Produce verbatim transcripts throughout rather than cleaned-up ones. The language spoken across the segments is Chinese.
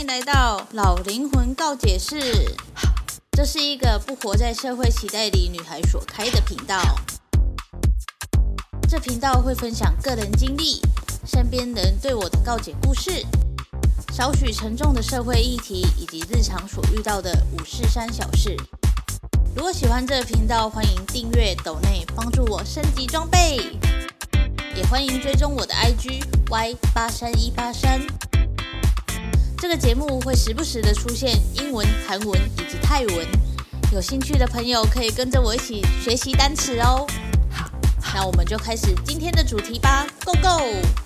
迎来到老灵魂告解室。这是一个不活在社会期待里女孩所开的频道。这频道会分享个人经历、身边人对我的告解故事，少许沉重的社会议题，以及日常所遇到的五四三小事。如果喜欢这个频道，欢迎订阅、抖内帮助我升级装备，也欢迎追踪我的 I G Y 八三一八三。这个节目会时不时的出现英文、韩文以及泰文，有兴趣的朋友可以跟着我一起学习单词哦。那我们就开始今天的主题吧 ，Go Go！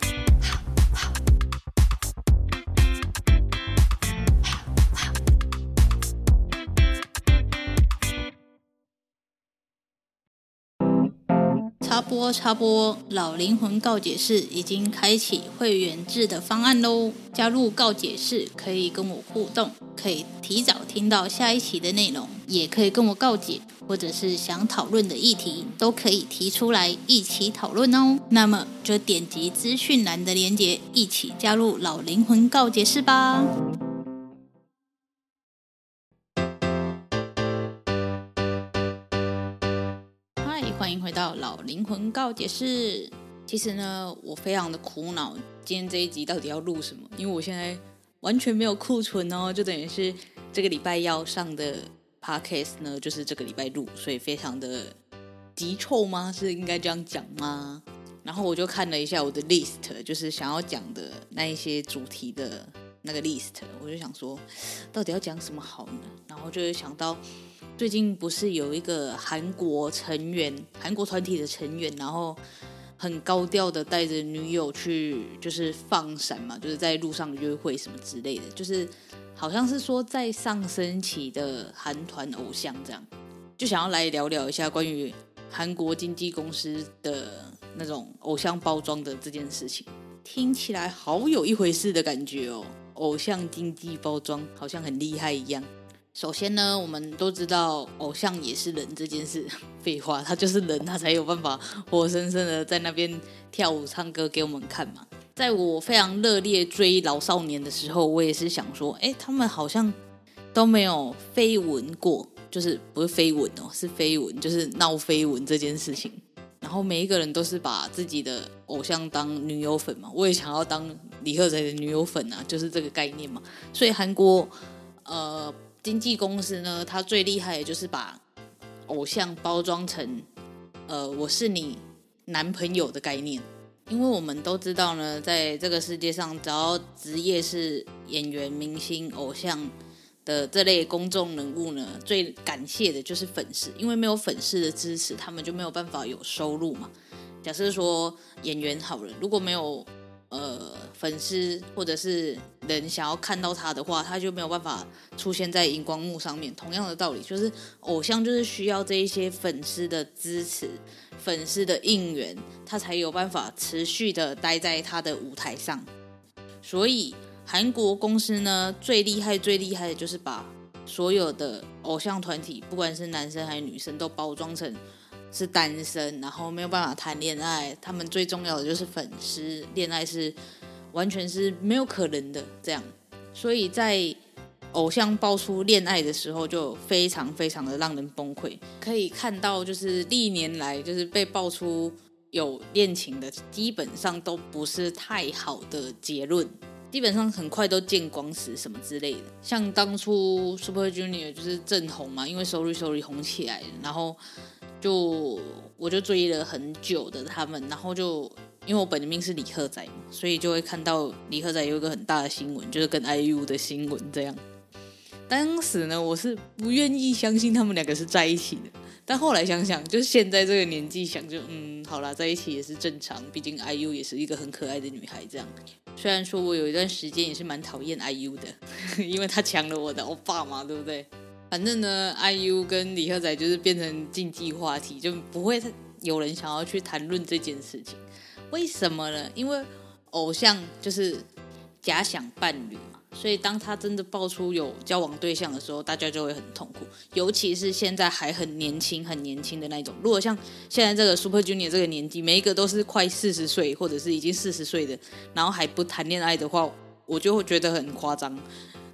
插播插播，老灵魂告解室已经开启会员制的方案咯，加入告解室可以跟我互动，可以提早听到下一期的内容，也可以跟我告解，或者是想讨论的议题都可以提出来一起讨论哦。那么就点击资讯栏的连结，一起加入老灵魂告解室吧。欢迎回到老灵魂告解室。其实呢，我非常的苦恼，今天这一集到底要录什么？因为我现在完全没有库存哦，就等于是这个礼拜要上的 podcast 呢，就是这个礼拜录，所以非常的急凑吗？是应该这样讲吗？然后我就看了一下我的 list， 就是想要讲的那一些主题的那个 list， 我就想说，到底要讲什么好呢？然后就会想到。最近不是有一个韩国成员，韩国团体的成员，然后很高调的带着女友去，就是放闪嘛，就是在路上约会什么之类的，就是好像是说在上升期的韩团偶像这样，就想要来聊聊一下关于韩国经纪公司的那种偶像包装的这件事情，听起来好有一回事的感觉哦，偶像经纪包装好像很厉害一样。首先呢，我们都知道偶像也是人这件事，废话，他就是人，他才有办法活生生的在那边跳舞唱歌给我们看嘛。在我非常热烈追老少年的时候，我也是想说，哎，他们好像都没有绯闻过，就是不是绯闻哦，是绯闻，就是闹绯闻这件事情。然后每一个人都是把自己的偶像当女友粉嘛，我也想要当李赫宰的女友粉啊，就是这个概念嘛。所以韩国呃。经纪公司呢，它最厉害的就是把偶像包装成，呃，我是你男朋友的概念。因为我们都知道呢，在这个世界上，只要职业是演员、明星、偶像的这类公众人物呢，最感谢的就是粉丝，因为没有粉丝的支持，他们就没有办法有收入嘛。假设说演员好了，如果没有呃，粉丝或者是人想要看到他的话，他就没有办法出现在荧光幕上面。同样的道理，就是偶像就是需要这一些粉丝的支持、粉丝的应援，他才有办法持续的待在他的舞台上。所以韩国公司呢，最厉害、最厉害的就是把所有的偶像团体，不管是男生还是女生，都包装成是单身，然后没有办法谈恋爱，他们最重要的就是粉丝，恋爱是完全是没有可能的这样。所以在偶像爆出恋爱的时候，就非常非常的让人崩溃。可以看到，就是历年来就是被爆出有恋情的，基本上都不是太好的结论，基本上很快都见光死什么之类的。像当初 Super Junior 就是正红嘛，因为 Sorry Sorry 红起来了，然后就我就追了很久的他们，然后就因为我本名是李赫宰嘛，所以就会看到李赫宰有一个很大的新闻，就是跟 I U 的新闻这样。当时呢，我是不愿意相信他们两个是在一起的，但后来想想，就是现在这个年纪想就嗯，好啦，在一起也是正常，毕竟 I U 也是一个很可爱的女孩这样。虽然说我有一段时间也是蛮讨厌 I U 的，因为他抢了我的欧巴嘛，对不对？反正呢 I U 跟李赫宰就是变成禁忌话题，就不会有人想要去谈论这件事情。为什么呢？因为偶像就是假想伴侣嘛，所以当他真的爆出有交往对象的时候，大家就会很痛苦，尤其是现在还很年轻很年轻的那种。如果像现在这个 Super Junior 这个年纪，每一个都是快四十岁或者是已经四十岁的，然后还不谈恋爱的话，我就会觉得很夸张。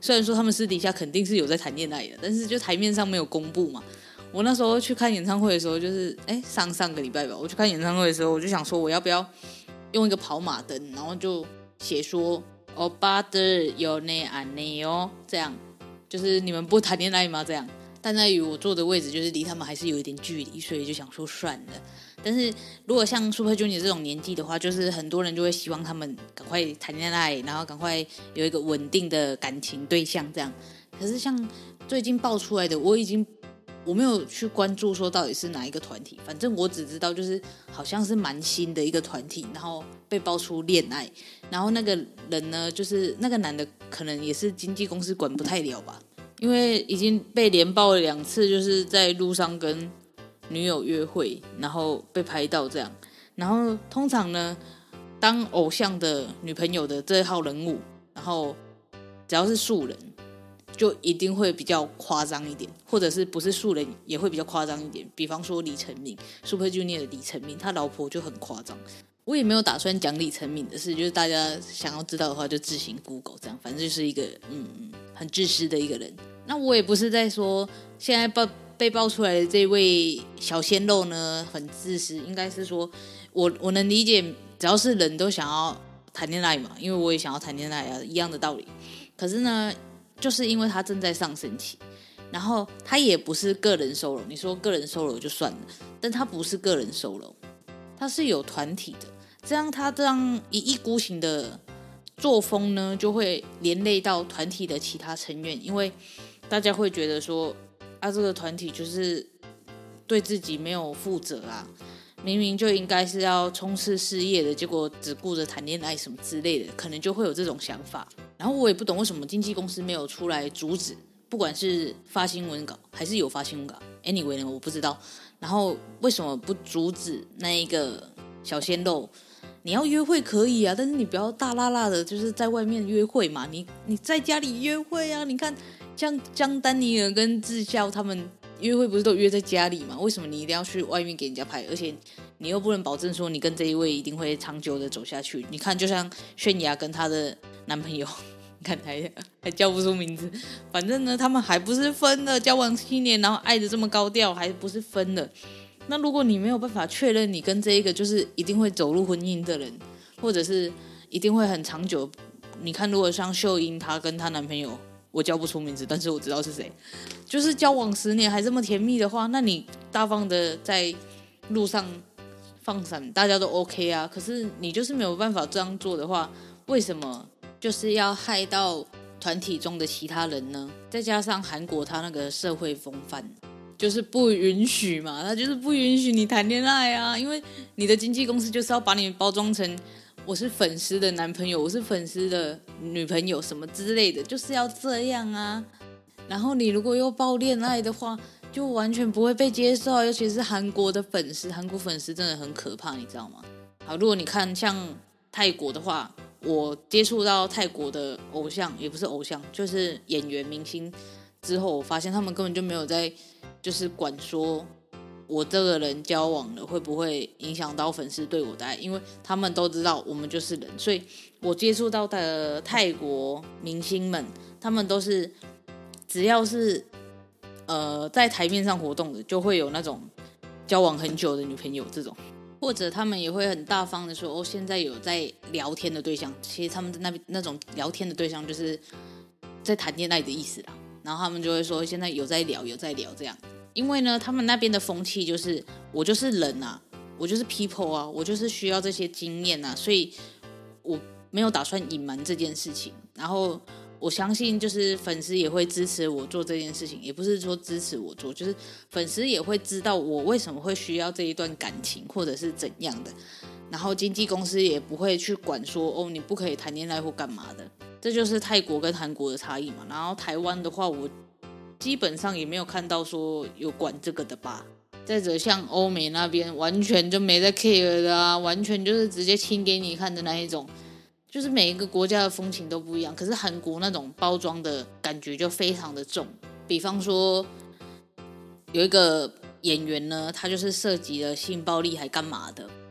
虽然说他们私底下肯定是有在谈恋爱的，但是就台面上没有公布嘛。我那时候去看演唱会的时候，就是哎上上个礼拜吧，我去看演唱会的时候，我就想说我要不要用一个跑马灯，然后就写说欧巴的有内安内哦，这样就是你们不谈恋爱吗？这样，但在于我坐的位置就是离他们还是有一点距离，所以就想说算了。但是如果像 Super Junior 这种年纪的话，就是很多人就会希望他们赶快谈恋爱，然后赶快有一个稳定的感情对象这样。可是像最近爆出来的，我已经我没有去关注说到底是哪一个团体，反正我只知道就是好像是蛮新的一个团体，然后被爆出恋爱，然后那个人呢，就是那个男的可能也是经纪公司管不太了吧，因为已经被连爆了两次，就是在路上跟女友约会，然后被拍到这样。然后通常呢，当偶像的女朋友的这一号人物，然后只要是素人就一定会比较夸张一点，或者是不是素人也会比较夸张一点。比方说李成敏 Super Junior 的李成敏，他老婆就很夸张。我也没有打算讲李成敏的事，就是大家想要知道的话就自行 Google 这样，反正就是一个嗯很自私的一个人。那我也不是在说现在爆被爆出来的这位小鲜肉呢很自私，应该是说我我能理解，只要是人都想要谈恋爱嘛，因为我也想要谈恋爱啊，一样的道理。可是呢，就是因为他正在上升期，然后他也不是个人收入，你说个人收入就算了，但他不是个人收入，他是有团体的，这样他这样一意孤行的作风呢，就会连累到团体的其他成员，因为大家会觉得说啊，这个团体就是对自己没有负责啊，明明就应该是要冲刺事业的，结果只顾着谈恋爱什么之类的，可能就会有这种想法。然后我也不懂为什么经纪公司没有出来阻止，不管是发新闻稿还是有发新闻稿 ，anyway 呢我不知道。然后为什么不阻止那一个小鲜肉？你要约会可以啊，但是你不要大辣辣的，就是在外面约会嘛。你你在家里约会啊，你看像江丹尼尔跟智孝他们约会不是都约在家里吗？为什么你一定要去外面给人家拍？而且你又不能保证说你跟这一位一定会长久的走下去。你看，就像泫雅跟她的男朋友，你看还还叫不出名字，反正呢，他们还不是分了，交往七年，然后爱的这么高调，还不是分了。那如果你没有办法确认你跟这一个就是一定会走入婚姻的人，或者是一定会很长久，你看如果像秀英她跟她男朋友，我叫不出名字，但是我知道是谁，就是交往十年还这么甜蜜的话，那你大方的在路上放闪，大家都 OK 啊。可是你就是没有办法这样做的话，为什么就是要害到团体中的其他人呢？再加上韩国他那个社会风范就是不允许嘛，他就是不允许你谈恋爱啊，因为你的经纪公司就是要把你包装成我是粉丝的男朋友，我是粉丝的女朋友什么之类的，就是要这样啊。然后你如果又爆恋爱的话，就完全不会被接受，尤其是韩国的粉丝，韩国粉丝真的很可怕，你知道吗？好，如果你看像泰国的话，我接触到泰国的偶像，也不是偶像，就是演员明星之后，我发现他们根本就没有在就是管说我这个人交往了会不会影响到粉丝对我的爱，因为他们都知道我们就是人。所以我接触到的泰国明星们，他们都是只要是呃在台面上活动的，就会有那种交往很久的女朋友这种，或者他们也会很大方的说哦，现在有在聊天的对象，其实他们那那种聊天的对象就是在谈恋爱的意思啦。然后他们就会说现在有在聊有在聊这样，因为呢他们那边的风气就是我就是人啊，我就是 people 啊，我就是需要这些经验啊，所以我没有打算隐瞒这件事情。然后我相信就是粉丝也会支持我做这件事情，也不是说支持我做，就是粉丝也会知道我为什么会需要这一段感情或者是怎样的，然后经纪公司也不会去管说哦你不可以谈恋爱或干嘛的。这就是泰国跟韩国的差异嘛。然后台湾的话，我基本上也没有看到说有管这个的吧。再者像欧美那边完全就没在 care 的啊，完全就是直接亲给你看的那一种，就是每一个国家的风情都不一样。可是韩国那种包装的感觉就非常的重，比方说有一个演员呢，他就是涉及了性暴力还干嘛的吧，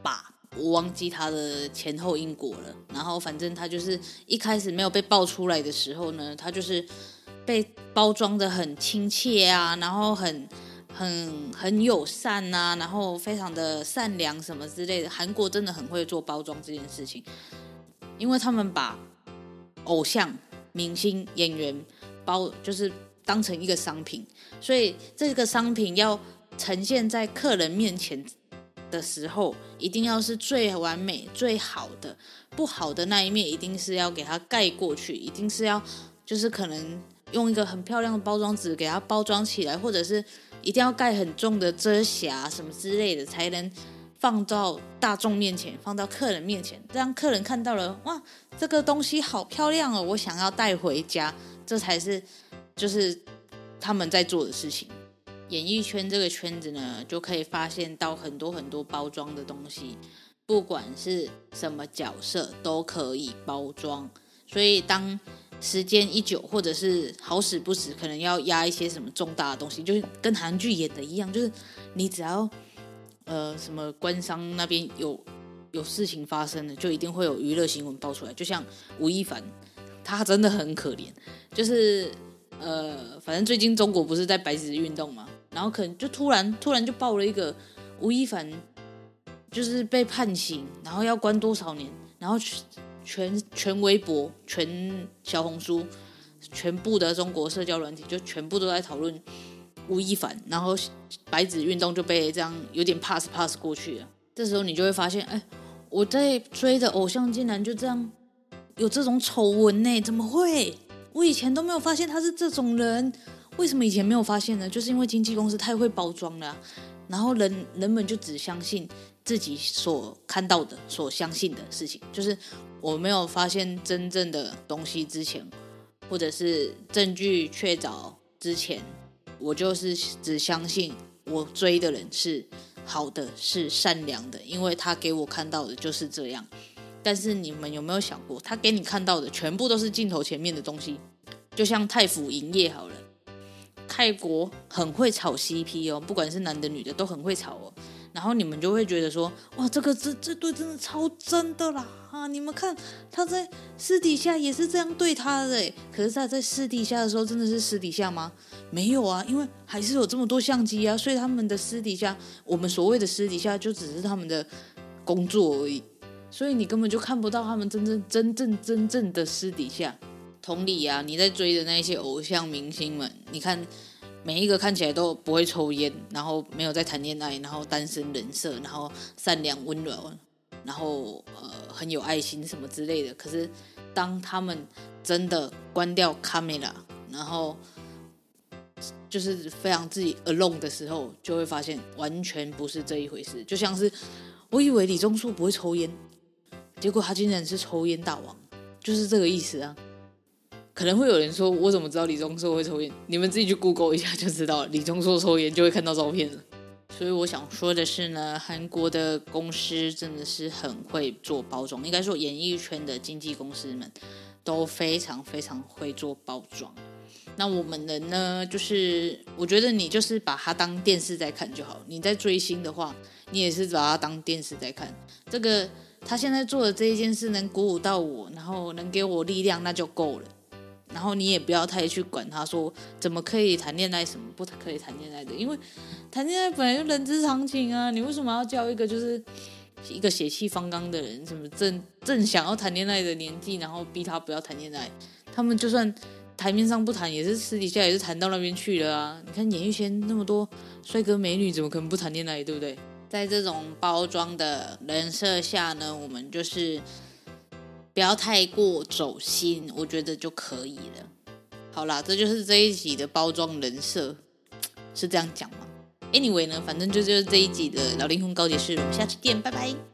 我忘记他的前后因果了。然后反正他就是一开始没有被爆出来的时候呢，他就是被包装的很亲切啊，然后很很很友善啊，然后非常的善良什么之类的。韩国真的很会做包装这件事情，因为他们把偶像、明星、演员包就是当成一个商品，所以这个商品要呈现在客人面前的时候，一定要是最完美、最好的，不好的那一面一定是要给它盖过去，一定是要就是可能用一个很漂亮的包装纸给它包装起来，或者是一定要盖很重的遮瑕什么之类的，才能放到大众面前，放到客人面前，让客人看到了，哇，这个东西好漂亮哦，我想要带回家，这才是就是他们在做的事情。演艺圈这个圈子呢，就可以发现到很多很多包装的东西，不管是什么角色都可以包装。所以当时间一久，或者是好死不死可能要压一些什么重大的东西，就是跟韩剧演的一样，就是你只要呃什么官商那边有有事情发生了，就一定会有娱乐新闻爆出来。就像吴亦凡，他真的很可怜，就是呃反正最近中国不是在白纸运动嘛，然后可能就突然突然就爆了一个吴亦凡就是被判刑，然后要关多少年，然后全全微博、全小红书、全部的中国社交软体就全部都在讨论吴亦凡，然后白纸运动就被这样有点 pass pass 过去了。这时候你就会发现，哎，我在追的偶像竟然就这样有这种丑闻呢？怎么会？我以前都没有发现他是这种人。为什么以前没有发现呢？就是因为经纪公司太会包装了啊，然后人人们就只相信自己所看到的、所相信的事情。就是我没有发现真正的东西之前，或者是证据确凿之前，我就是只相信我追的人是好的，是善良的，因为他给我看到的就是这样。但是你们有没有想过，他给你看到的全部都是镜头前面的东西？就像太府营业好了，泰国很会炒 C P 哦，不管是男的女的都很会炒哦。然后你们就会觉得说，哇，这个这这对真的超真的啦啊！你们看他在私底下也是这样对他的耶，可是他在私底下的时候真的是私底下吗？没有啊，因为还是有这么多相机啊，所以他们的私底下，我们所谓的私底下就只是他们的工作而已，所以你根本就看不到他们真正真正真正的私底下。同理啊，你在追的那些偶像明星们，你看每一个看起来都不会抽烟，然后没有在谈恋爱，然后单身人设，然后善良温柔，然后呃很有爱心什么之类的。可是当他们真的关掉 camera， 然后就是非常自己 alone 的时候，就会发现完全不是这一回事。就像是我以为李钟硕不会抽烟，结果他竟然是抽烟大王，就是这个意思啊。可能会有人说，我怎么知道李钟硕会抽烟？你们自己去 Google 一下就知道了，李钟硕抽烟就会看到照片了。所以我想说的是呢，韩国的公司真的是很会做包装，应该说演艺圈的经纪公司们都非常非常会做包装。那我们人呢，就是我觉得你就是把它当电视在看就好。你在追星的话，你也是把它当电视在看。这个他现在做的这一件事能鼓舞到我，然后能给我力量，那就够了。然后你也不要太去管他说怎么可以谈恋爱，什么不可以谈恋爱的，因为谈恋爱本来就人之常情啊。你为什么要叫一个就是一个血气方刚的人，什么正正想要谈恋爱的年纪，然后逼他不要谈恋爱？他们就算台面上不谈，也是私底下也是谈到那边去了啊。你看演艺圈那么多帅哥美女，怎么可能不谈恋爱，对不对？在这种包装的人设下呢，我们就是不要太过走心，我觉得就可以了。好啦，这就是这一集的包装人设，是这样讲吗？ Anyway 呢，反正就就是这一集的老灵魂高解释了，我们下期见，拜拜。